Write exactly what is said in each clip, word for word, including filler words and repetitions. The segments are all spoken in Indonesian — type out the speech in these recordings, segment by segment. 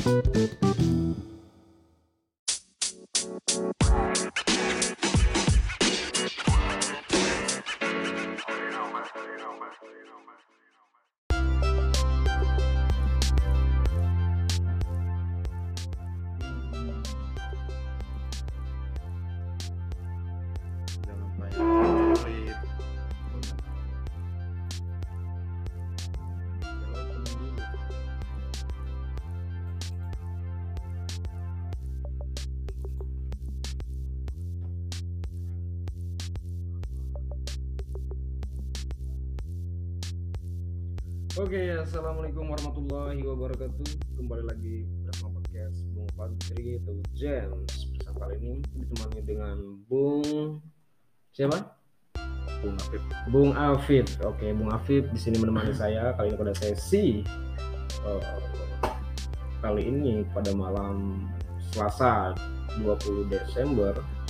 Jangan banyak pelit. Oke, assalamualaikum warahmatullahi wabarakatuh. Kembali lagi bersama podcast Bung Fadri atau James. Bersama kali ini ditemani dengan Bung siapa? Bung Afif. Bung Afif. Oke, Bung Afif di sini menemani saya kali ini pada sesi uh, kali ini pada malam Selasa dua puluh Desember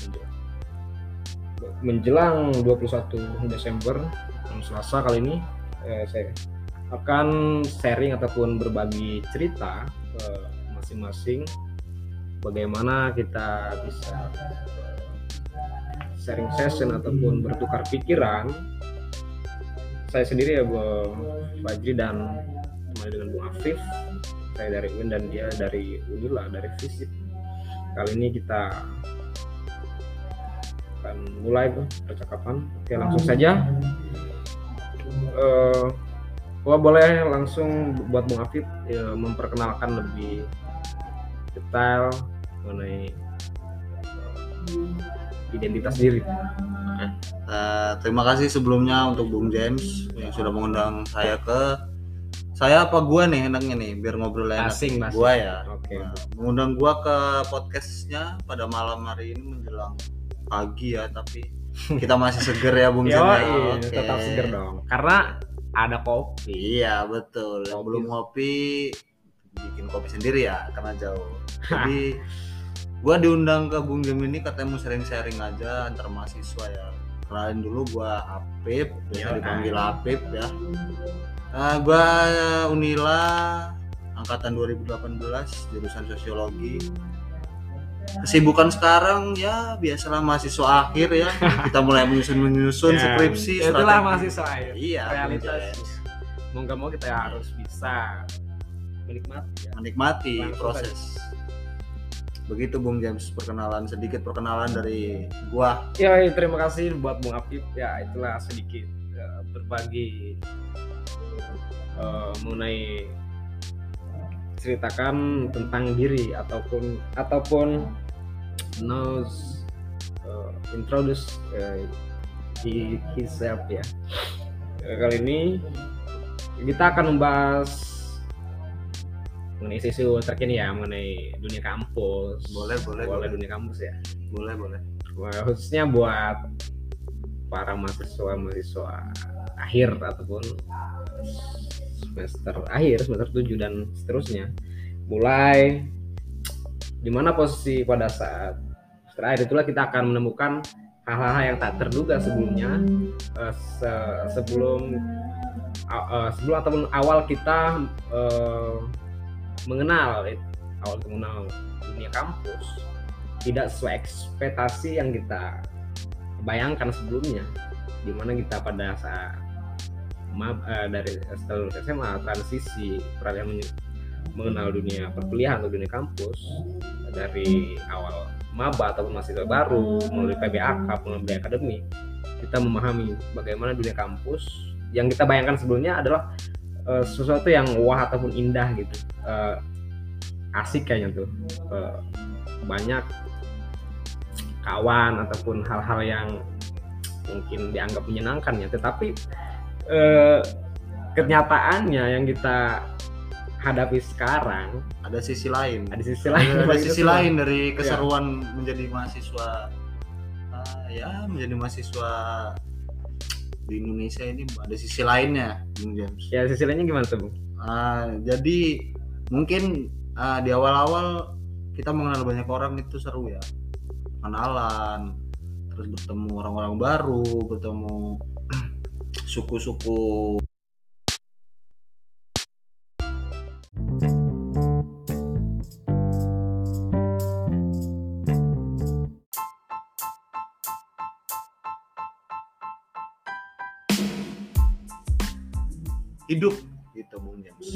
menjelang dua puluh satu Desember malam Selasa kali ini eh, saya akan sharing ataupun berbagi cerita uh, masing-masing bagaimana kita bisa sharing session ataupun bertukar pikiran. Saya sendiri ya Bung Fajri dan teman dengan Bung Afif. Saya dari U I N dan dia dari Unila, dari Fisip. Kali ini kita akan mulai percakapan. Oke, langsung saja. Uh, Wah, boleh langsung buat Bung Afif ya, memperkenalkan lebih detail mengenai identitas diri. Oke. Uh, terima kasih sebelumnya untuk Bung James yang sudah mengundang saya ke saya apa gua nih enaknya nih biar ngobrol enak. Asing, gua ya. Oke. Nah, mengundang gua ke podcastnya pada malam hari ini menjelang pagi ya, tapi kita masih seger ya Bung James. Iya, okay. Tetap seger dong. Karena ada kopi. Iya betul. Yang belum ngopi bikin kopi sendiri ya karena jauh. Jadi gua diundang ke Bung Jem ini katanya mau sharing-sharing aja antar mahasiswa ya. Kenalin dulu gua Apip, biasa dipanggil Apip ya. Nah, gua Unila angkatan dua ribu delapan belas jurusan sosiologi. Kesibukan sekarang ya biasalah mahasiswa akhir ya. Kita mulai menyusun-menyusun ya, skripsi. Itulah mahasiswa akhir. Iya, realitas. Mau nggak mau kita harus bisa menikmati ya. Menikmati langsung proses. Saja. Begitu Bung James, perkenalan sedikit perkenalan dari gua. Ya, terima kasih buat Bung Afif. Ya, itulah sedikit uh, berbagi uh, mengenai ceritakan tentang diri ataupun ataupun knows uh, introduce uh, himself ya. Uh, kali ini kita akan membahas mengenai isu terkini ya mengenai dunia kampus. Boleh, boleh, boleh, boleh. dunia kampus ya. Boleh, boleh. Khususnya buat para mahasiswa-mahasiswa akhir ataupun semester akhir, semester tujuh dan seterusnya. Mulai di mana posisi pada saat terakhir itulah kita akan menemukan hal-hal yang tak terduga sebelumnya uh, se- sebelum uh, sebelum ataupun awal kita uh, mengenal awal mengenal dunia kampus tidak sesuai ekspektasi yang kita bayangkan sebelumnya, di mana kita pada saat Ma, uh, dari setelah S M A transisi peralihan mengenal dunia perkuliahan atau dunia kampus dari awal maba ataupun mahasiswa baru melalui P B A K, pengabdi akademik, kita memahami bagaimana dunia kampus yang kita bayangkan sebelumnya adalah uh, sesuatu yang wah ataupun indah gitu, uh, asik kayaknya tuh, uh, banyak kawan ataupun hal-hal yang mungkin dianggap menyenangkan ya, tetapi Uh, kenyataannya yang kita hadapi sekarang ada sisi lain. Ada sisi lain. Ada sisi lain dari keseruan ya. menjadi mahasiswa. Uh, ya menjadi mahasiswa di Indonesia ini ada sisi lainnya, Bung James. Ya sisi lainnya gimana tuh, Bung? Uh, jadi mungkin uh, di awal-awal kita mengenal banyak orang itu seru ya, kenalan, terus bertemu orang-orang baru, bertemu suku-suku hidup gitu Bung James.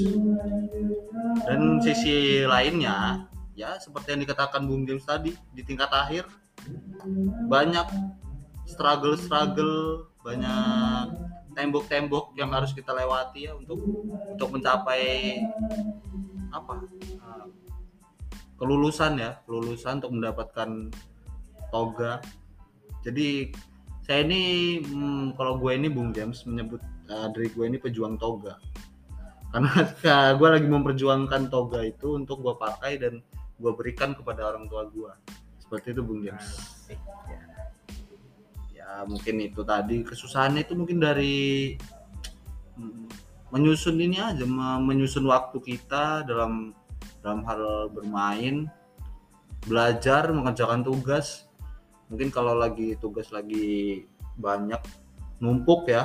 Dan sisi lainnya ya seperti yang dikatakan Bung James tadi, di tingkat akhir banyak struggle-struggle, banyak tembok-tembok yang harus kita lewati ya untuk untuk mencapai apa uh, kelulusan ya kelulusan untuk mendapatkan toga. Jadi saya ini hmm, kalau gue ini Bung James menyebut uh, diri gue ini pejuang toga, karena uh, gue lagi memperjuangkan toga itu untuk gue pakai dan gue berikan kepada orang tua gue, seperti itu Bung James. Ya, ya mungkin itu tadi kesusahannya itu mungkin dari hmm, menyusun ini aja, menyusun waktu kita dalam dalam hal bermain, belajar, mengerjakan tugas. Mungkin kalau lagi tugas lagi banyak numpuk ya,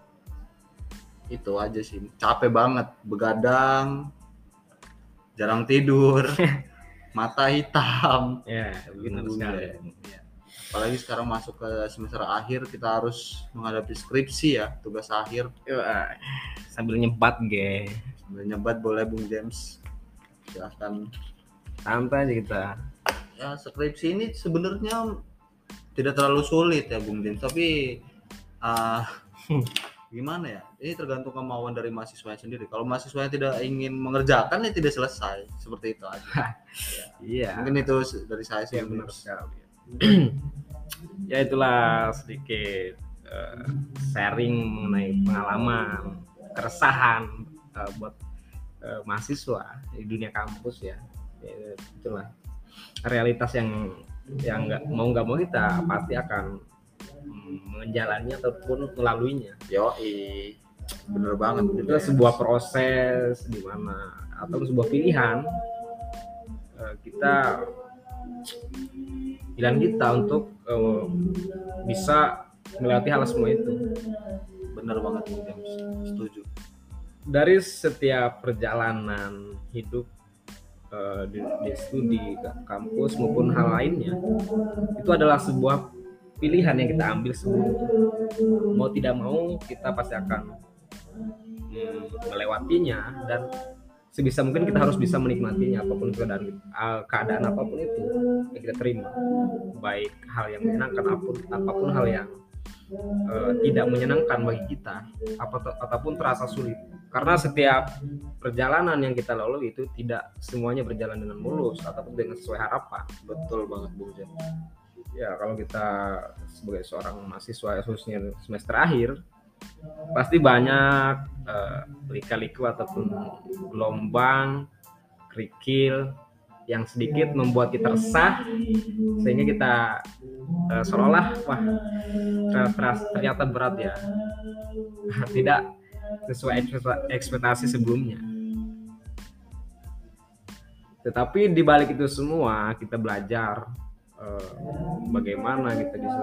itu aja sih, capek banget, begadang, jarang tidur, mata hitam. Ya, benar sekali. Ya. Apalagi sekarang masuk ke semester akhir, kita harus menghadapi skripsi ya, tugas akhir. Ya, sambil nyebat ge. Sambil nyebat boleh Bung James. Silahkan. Santai aja kita. Ya skripsi ini sebenarnya tidak terlalu sulit ya Bung James, tapi uh, gimana ya? Ini tergantung kemauan dari mahasiswa sendiri. Kalau mahasiswa tidak ingin mengerjakan ya tidak selesai, seperti itu aja. Ya. Iya. Mungkin itu dari saya sih. Ya, benar sekali. Ya itulah sedikit uh, sharing mengenai pengalaman, keresahan uh, buat uh, mahasiswa di dunia kampus ya. Ya itulah realitas yang yang nggak mau nggak mau kita pasti akan menjalani ataupun melaluinya. Yo, bener banget. Itu sebuah proses di mana atau sebuah pilihan uh, kita pilihan kita untuk uh, bisa melewati hal semua itu. Bener banget Bung James, setuju. Dari setiap perjalanan hidup uh, di, di studi kampus maupun hal lainnya, itu adalah sebuah pilihan yang kita ambil sebelumnya. Mau tidak mau kita pasti akan hmm, melewatinya, dan sebisa mungkin kita harus bisa menikmatinya apapun keadaan keadaan apapun itu yang kita terima, baik hal yang menyenangkan apapun apapun hal yang uh, tidak menyenangkan bagi kita apa ataupun terasa sulit, karena setiap perjalanan yang kita lalui itu tidak semuanya berjalan dengan mulus ataupun dengan sesuai harapan. Betul banget Bung Jen. Ya kalau kita sebagai seorang mahasiswa khususnya semester akhir pasti banyak uh, lika-liku ataupun gelombang kerikil yang sedikit membuat kita resah, sehingga kita uh, seolah-olah wah ternyata berat ya, tidak sesuai ekspektasi sebelumnya. Tetapi di balik itu semua kita belajar uh, bagaimana kita bisa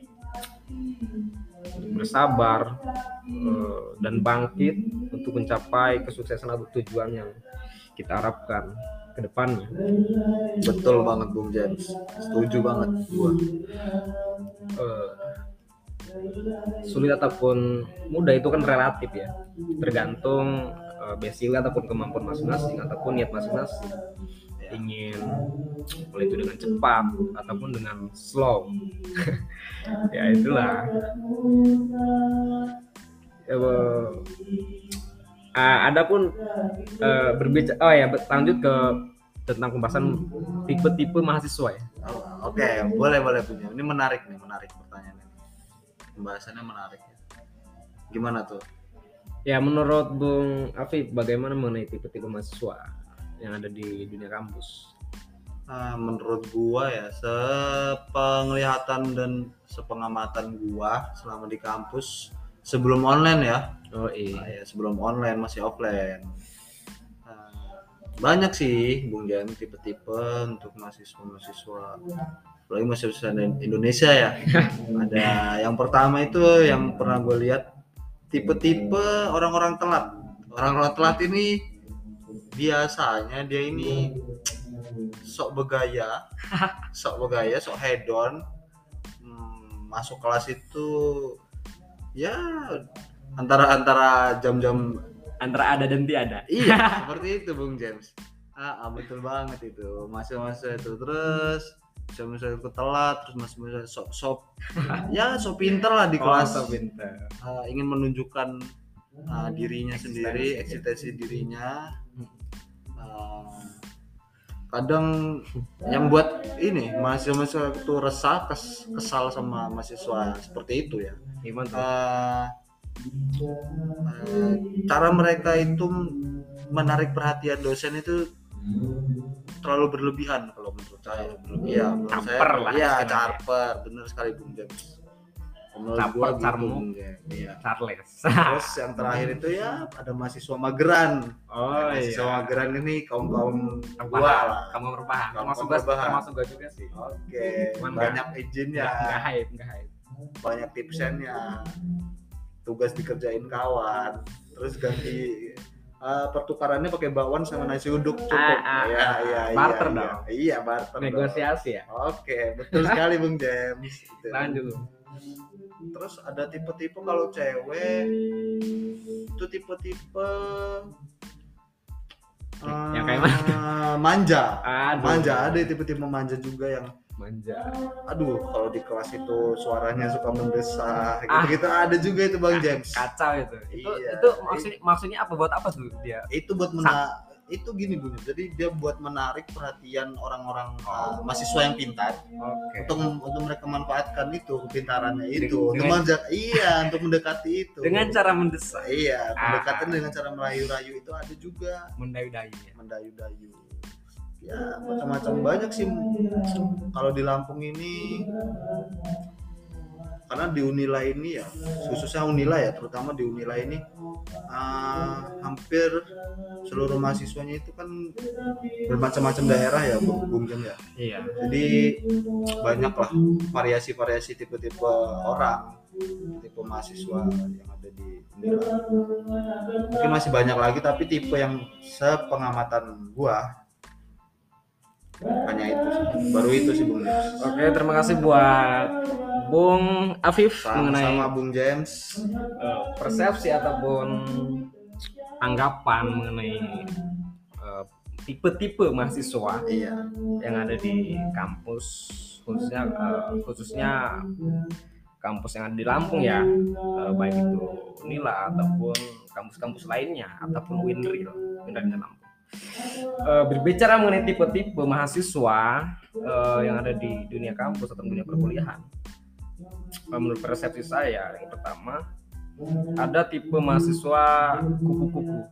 bersabar uh, dan bangkit untuk mencapai kesuksesan atau tujuan yang kita harapkan ke depannya. Betul banget Bung James, setuju banget gua. Uh, sulit ataupun mudah itu kan relatif ya, tergantung uh, basic ataupun kemampuan masing-masing ataupun niat masing-masing. Ingin mulai itu dengan cepat ataupun dengan slow. Ya itulah. Uh, uh, Adapun uh, berbicara, oh ya lanjut ke tentang pembahasan tipe-tipe mahasiswa ya. Oh, Oke, okay. boleh boleh punya. Ini menarik nih, menarik pertanyaannya. Pembahasannya menarik. Gimana tuh? Ya menurut Bung Afif, bagaimana mengenai tipe-tipe mahasiswa yang ada di dunia kampus? Nah, menurut gua ya, sepenglihatan dan sepengamatan gua selama di kampus sebelum online ya. Oh iya. Nah, ya sebelum online masih offline. Nah, banyak sih Bung Jan tipe-tipe untuk mahasiswa-mahasiswa, apalagi mahasiswa Indonesia ya. Ada yang pertama itu yang pernah gue lihat, tipe-tipe orang-orang telat. Orang-orang telat ini biasanya dia ini sok bergaya, sok bergaya, sok hedon, hmm, masuk kelas itu ya antara antara jam-jam antara ada dan tiada. Iya, seperti itu Bung James. Ah, ah, betul banget itu. Masa-masa itu terus masa-masa ikut telat, terus masa-masa sok-sok ya sok pinter lah di kelas. Oh, so pinter. Uh, ingin menunjukkan uh, dirinya sendiri, eksistensi dirinya. Uh, kadang yang buat ini mahasiswa itu resah, kes, kesal sama mahasiswa seperti itu ya. Gimana tuh? Uh, uh, cara mereka itu menarik perhatian dosen itu terlalu berlebihan kalau menurut saya. Iya, menurut Caper saya. lah, Iya, istilahnya. caper, bener sekali Bung James. Menurut Caper, gua gitu, carmu. Bung James. Iya. Charles. Terus yang terakhir itu ya ada mahasiswa mageran. Oh mahasiswa iya. mageran ini kaum-kaum gua Rebahan. lah. Kamu rebahan. Kamu Termasuk gua, rebahan. termasuk gua juga sih. Oke, Cuman banyak Enggak izinnya, enggak hype, enggak hype. banyak tipsnya. Tugas dikerjain kawan, terus ganti uh, pertukarannya pakai bakwan sama nasi uduk cukup. Ah, ah, ya, ah. iya, Barter iya, dong. Iya, iya barter. Negosiasi ya. Dong. Oke, betul sekali Bung James. Gitu. Lanjut. Terus ada tipe-tipe kalau cewek itu tipe-tipe Yang kayak mana? uh, manja. Aduh. Manja, ada tipe-tipe manja juga yang Manja. aduh kalau di kelas itu suaranya suka mendesak Ah. gitu-gitu ada juga itu Bang James. Kacau itu. Itu Iya. itu maksudnya maksudnya apa, buat apa tuh dia? Itu buat mena itu gini Bung, jadi dia buat menarik perhatian orang-orang uh, mahasiswa yang pintar Oke. untuk untuk mereka manfaatkan itu kepintarannya itu Dengan- untuk manja- iya untuk mendekati itu Dengan cara mendesak, iya pendekatan Ah. dengan cara merayu-rayu itu ada juga, mendayu-dayunya. mendayu-dayu ya macam-macam banyak sih kalau di Lampung ini, karena di Unila ini ya khususnya Unila ya terutama di Unila ini uh, hampir seluruh mahasiswanya itu kan bermacam-macam daerah ya Bung Bung Jem ya, Iya. jadi banyak lah variasi-variasi tipe-tipe orang, tipe mahasiswa yang ada di Unila. Mungkin masih banyak lagi tapi tipe yang sepengamatan gua hanya itu sih, baru itu sih Bung James. Oke, terima kasih buat Bung Afif mengenai Sama-sama Bung James. uh, persepsi ataupun anggapan mengenai uh, tipe-tipe mahasiswa Iya. yang ada di kampus, khususnya uh, khususnya kampus yang ada di Lampung ya, uh, baik itu Unila ataupun kampus-kampus lainnya ataupun Winri Winri di Lampung. Uh, berbicara mengenai tipe-tipe mahasiswa uh, yang ada di dunia kampus atau dunia perkuliahan, uh, menurut persepsi saya yang pertama ada tipe mahasiswa kupu-kupu.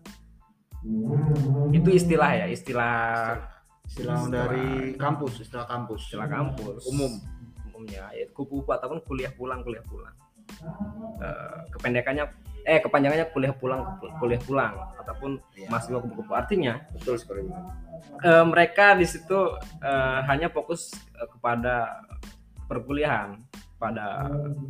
Itu istilah ya, istilah Istilah dari kampus, istilah kampus. istilah kampus Umum. umumnya ya kupu-kupu ataupun kuliah pulang kuliah pulang. Uh, kependekannya eh kepanjangannya kuliah pulang kuliah pulang ataupun Ya. mahasiswa kupu-kupu. Artinya Betul sekali. uh, mereka di situ uh, hanya fokus uh, kepada perkuliahan, pada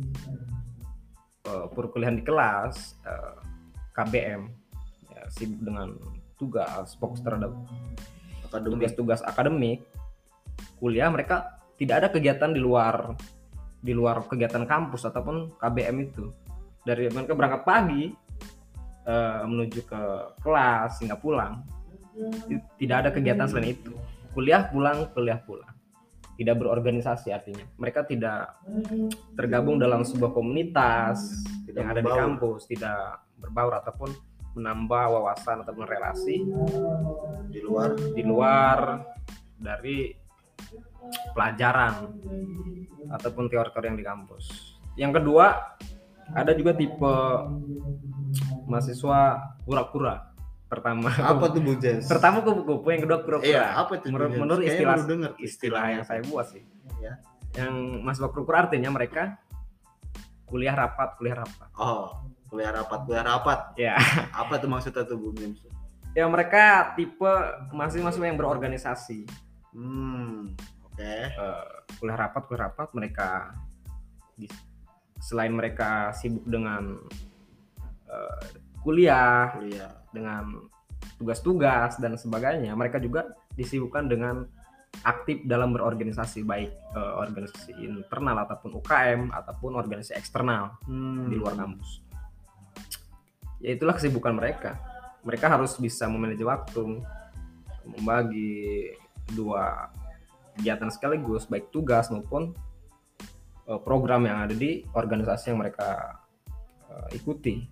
uh, perkuliahan di kelas, uh, K B M, ya, sibuk dengan tugas, fokus terhadap Akademik. tugas-tugas akademik. Kuliah mereka tidak ada kegiatan di luar di luar kegiatan kampus ataupun K B M itu. Dari mereka berangkat pagi uh, menuju ke kelas hingga pulang, tidak ada kegiatan selain itu. Kuliah pulang, kuliah pulang. Tidak berorganisasi, artinya mereka tidak tergabung dalam sebuah komunitas Tidak yang ada di membaur. kampus, tidak berbaur ataupun menambah wawasan ataupun relasi Di luar. di luar dari pelajaran ataupun teori-teori yang di kampus. Yang kedua, ada juga tipe mahasiswa kura-kura. Pertama, Apa tuh Bung James? pertama kupu-kupu, yang kedua kura-kura. Iya, apa itu? Menurut, Bung James? menurut Kayaknya istilah baru denger tuh istilah yang saya buat sih. Ya. Yang mahasiswa kura-kura artinya mereka kuliah rapat, kuliah rapat. Oh, kuliah rapat, kuliah rapat. Ya. Apa tuh maksudnya tuh Bung James? Ya mereka tipe mahasiswa yang berorganisasi. Hmm, oke. Okay. Uh, kuliah rapat, kuliah rapat mereka di, selain mereka sibuk dengan uh, kuliah, Kuliah. dengan tugas-tugas dan sebagainya, mereka juga disibukkan dengan aktif dalam berorganisasi, baik uh, organisasi internal ataupun U K M ataupun organisasi eksternal Hmm. di luar kampus. Ya itulah kesibukan mereka. mereka harus bisa memanage waktu, membagi dua kegiatan sekaligus, baik tugas maupun uh, program yang ada di organisasi yang mereka uh, ikuti.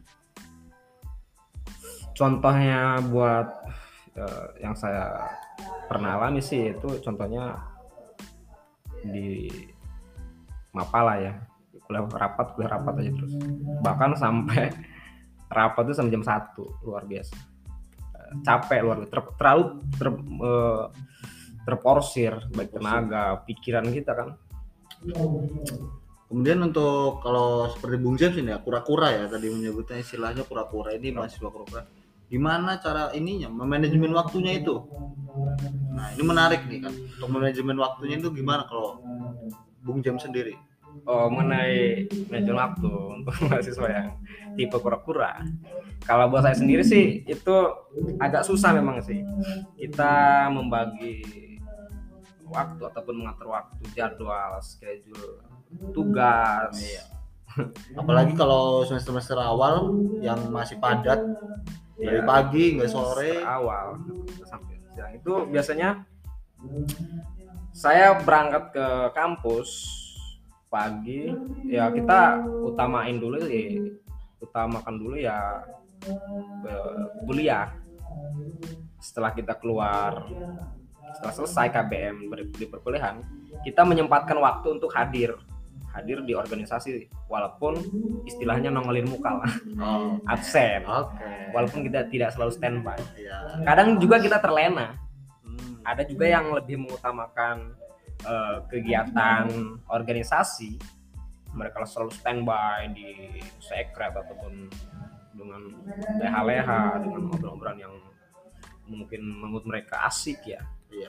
Contohnya buat uh, yang saya pernah alami sih itu contohnya di Mapala ya, kuliah rapat kuliah rapat aja terus, bahkan sampai rapat itu sampai jam satu, luar biasa. Uh, capek luar biasa, ter, terlalu ter, uh, terporsir baik tenaga, pikiran kita kan. Kemudian untuk kalau seperti Bung James ini ya, kura-kura ya, tadi menyebutnya istilahnya kura-kura ini, mahasiswa kura-kura. Gimana cara ininya memanajemen waktunya itu? Nah, ini menarik nih kan. Untuk manajemen waktunya itu gimana kalau Bung James sendiri? Oh, mengenai manajemen waktu untuk mahasiswa yang tipe kura-kura. Kalau buat saya sendiri sih itu agak susah memang sih. Kita membagi waktu ataupun mengatur waktu, jadwal, schedule, tugas. Iya. Apalagi kalau semester-semester awal yang masih padat, dari Ya, pagi nggak sore. awal sampai siang itu biasanya saya berangkat ke kampus pagi, ya kita utamain dulu ya, utamakan dulu ya eh, kuliah. Setelah kita keluar, setelah selesai K B M di perkuliahan, kita menyempatkan waktu untuk hadir hadir di organisasi, walaupun istilahnya nongolin muka lah, Oh, absen. oke. Walaupun kita tidak selalu standby. Iya. Kadang juga kita terlena. Hmm. Ada juga yang lebih mengutamakan uh, kegiatan organisasi. Mereka selalu standby di sekret ataupun dengan leha-leha, dengan obrolan-obrolan yang mungkin menurut mereka asik ya. Iya.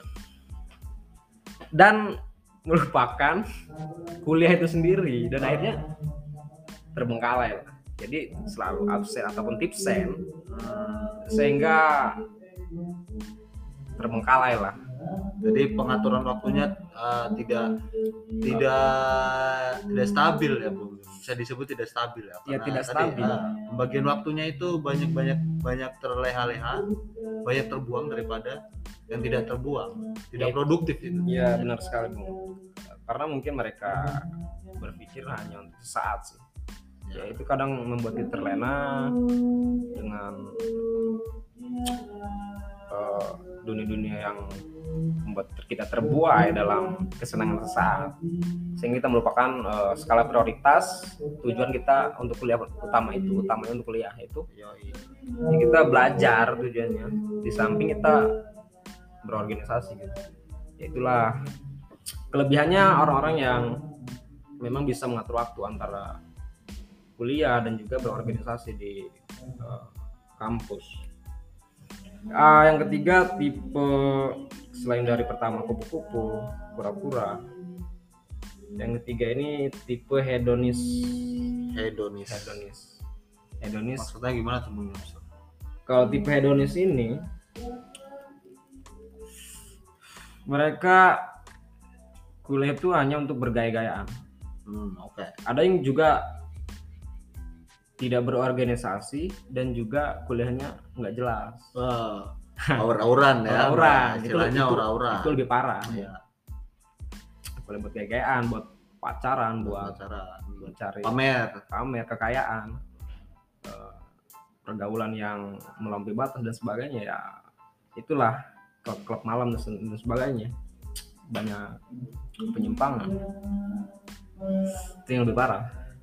Dan melupakan kuliah itu sendiri, dan akhirnya terbengkalai lah. Jadi selalu absen ataupun tipsen, sehingga terbengkalai lah. Jadi pengaturan waktunya uh, tidak tidak tidak stabil ya, Bung. Bisa disebut tidak stabil ya. Ya, tidak tadi, stabil. Uh, pembagian waktunya itu banyak banyak banyak terleha-leha, banyak terbuang daripada yang tidak terbuang, tidak Ya, produktif itu. Iya benar sekali, Bung. Karena mungkin mereka berpikir hanya untuk sesaat sih. Ya itu kadang membuat kita terlena dengan uh, dunia-dunia yang membuat kita terbuai dalam kesenangan sesaat, sehingga kita melupakan uh, skala prioritas tujuan kita untuk kuliah utama itu utamanya untuk kuliah itu. Jadi kita belajar tujuannya, di samping kita berorganisasi gitu. Ya itulah kelebihannya orang-orang yang memang bisa mengatur waktu antara kuliah dan juga berorganisasi di uh, kampus. Uh, yang ketiga, tipe selain dari pertama kupu-kupu, kura-kura. Yang ketiga ini tipe hedonis. Hedonis. Hedonis. Hedonis. Maksudnya gimana tuh, Bung? Kalau tipe hedonis ini, mereka kuliah itu hanya untuk bergaya-gayaan. Hmm, oke. Okay. Ada yang juga tidak berorganisasi dan juga kuliahnya nggak jelas. Wow. Aur-auran ya. Aur-auran. Istilahnya itu, aur-auran. Itu lebih parah. Ya. Boleh buat gaya-gayaan, buat pacaran, buat pacaran, buat cari pamer, pamer kekayaan, pergaulan yang melampaui batas dan sebagainya. Ya itulah klub-klub malam dan sebagainya. Banyak penyimpangan. Itu yang lebih parah.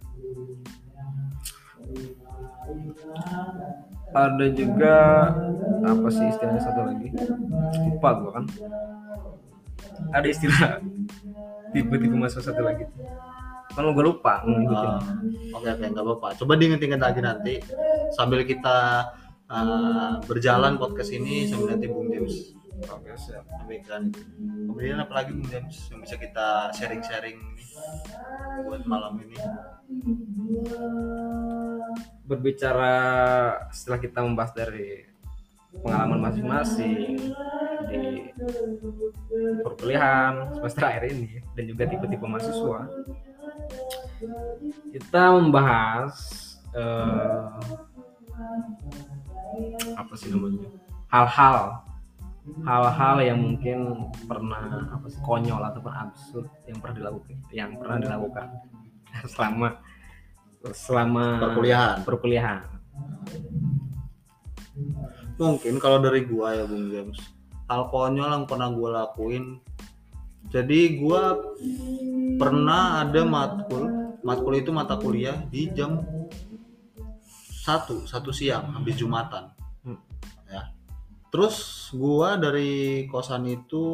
Ada juga apa sih istilahnya satu lagi, lupa gua kan. Ada istilah tipe-tipe masuk satu lagi, kalau gue lupa ngikutin. Uh, oke oke nggak apa-apa, coba diinget-inget lagi nanti sambil kita uh, berjalan podcast ini, sambil nanti Bung James. Oke siap. Demikian. Kemudian apa lagi Bung James yang bisa kita sharing-sharing nih buat malam ini? Berbicara setelah kita membahas dari pengalaman masing-masing di perkuliahan semester akhir ini dan juga tipe-tipe mahasiswa, kita membahas uh, apa sih namanya, hal-hal hal-hal yang mungkin pernah apa sih, konyol ataupun absurd yang pernah dilakukan yang pernah dilakukan selama selama Perkuliahan. perkuliahan. Mungkin kalau dari gua ya Bung James, hal konyol yang pernah gua lakuin, jadi gua pernah ada matkul matkul itu mata kuliah di jam satu satu siang habis Jumatan. Hmm. Ya. Terus gua dari kosan itu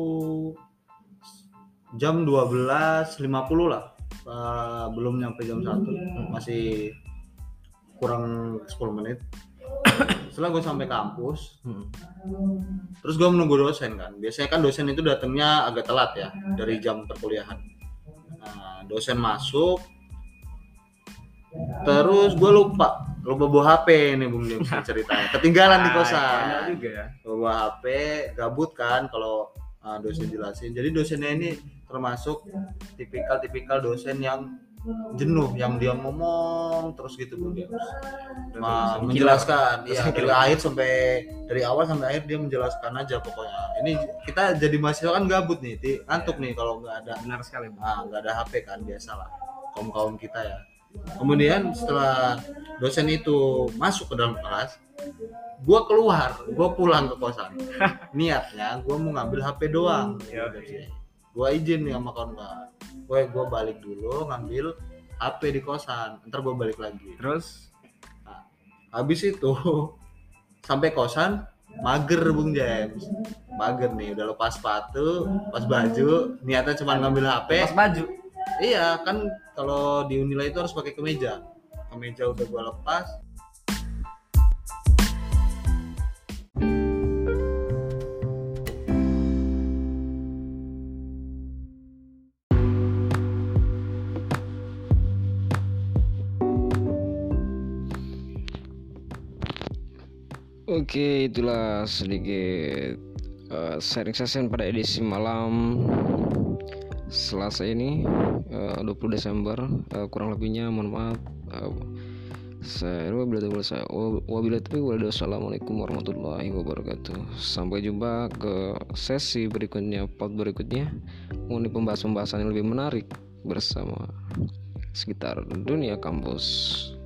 jam dua belas lima puluh lah, uh, belum nyampe jam satu, masih kurang sepuluh menit. Setelah gue sampai kampus, hmm. terus gue menunggu dosen kan. Biasanya kan dosen itu datangnya agak telat ya dari jam perkuliahan. Nah, dosen masuk, terus gue lupa lupa bawa H P nih Bung James ceritanya. Ketinggalan di kosan. Juga ya. Bawa H P, gabut kan kalau uh, dosen jelasin. Jadi dosennya ini termasuk tipikal-tipikal dosen yang jenuh, yang dia ngomong terus gitu Bung James. Nah, menjelaskan ya dari akhir sampai dari awal sampai akhir dia menjelaskan aja pokoknya. Ini kita jadi mahasiswa kan gabut nih, ngantuk nih kalau nggak ada. Benar sekali. Nah, nggak ada H P kan, biasalah kaum-kaum kita ya. Kemudian setelah dosen itu masuk ke dalam kelas, gue keluar, gue pulang ke kosan. Niatnya gue mau ngambil H P doang. Gue izin nih sama kawan-kawan, gue gue balik dulu ngambil H P di kosan, ntar gue balik lagi. Terus, nah, habis itu sampai kosan mager Bung James, mager nih, udah lepas sepatu, lepas baju, niatnya cuma ngambil H P. Lepas baju? Iya kan, kalau di Unila itu harus pakai kemeja. Kemeja udah gue lepas. Oke, itulah sedikit uh, sharing session pada edisi malam Selasa ini, uh, dua puluh Desember. Uh, kurang lebihnya mohon maaf. Uh, saya wabillahi taufiq. Wassalamualaikum warahmatullahi wabarakatuh. Sampai jumpa ke sesi berikutnya, part berikutnya mengenai pembahasan-pembahasan yang lebih menarik bersama sekitar dunia kampus.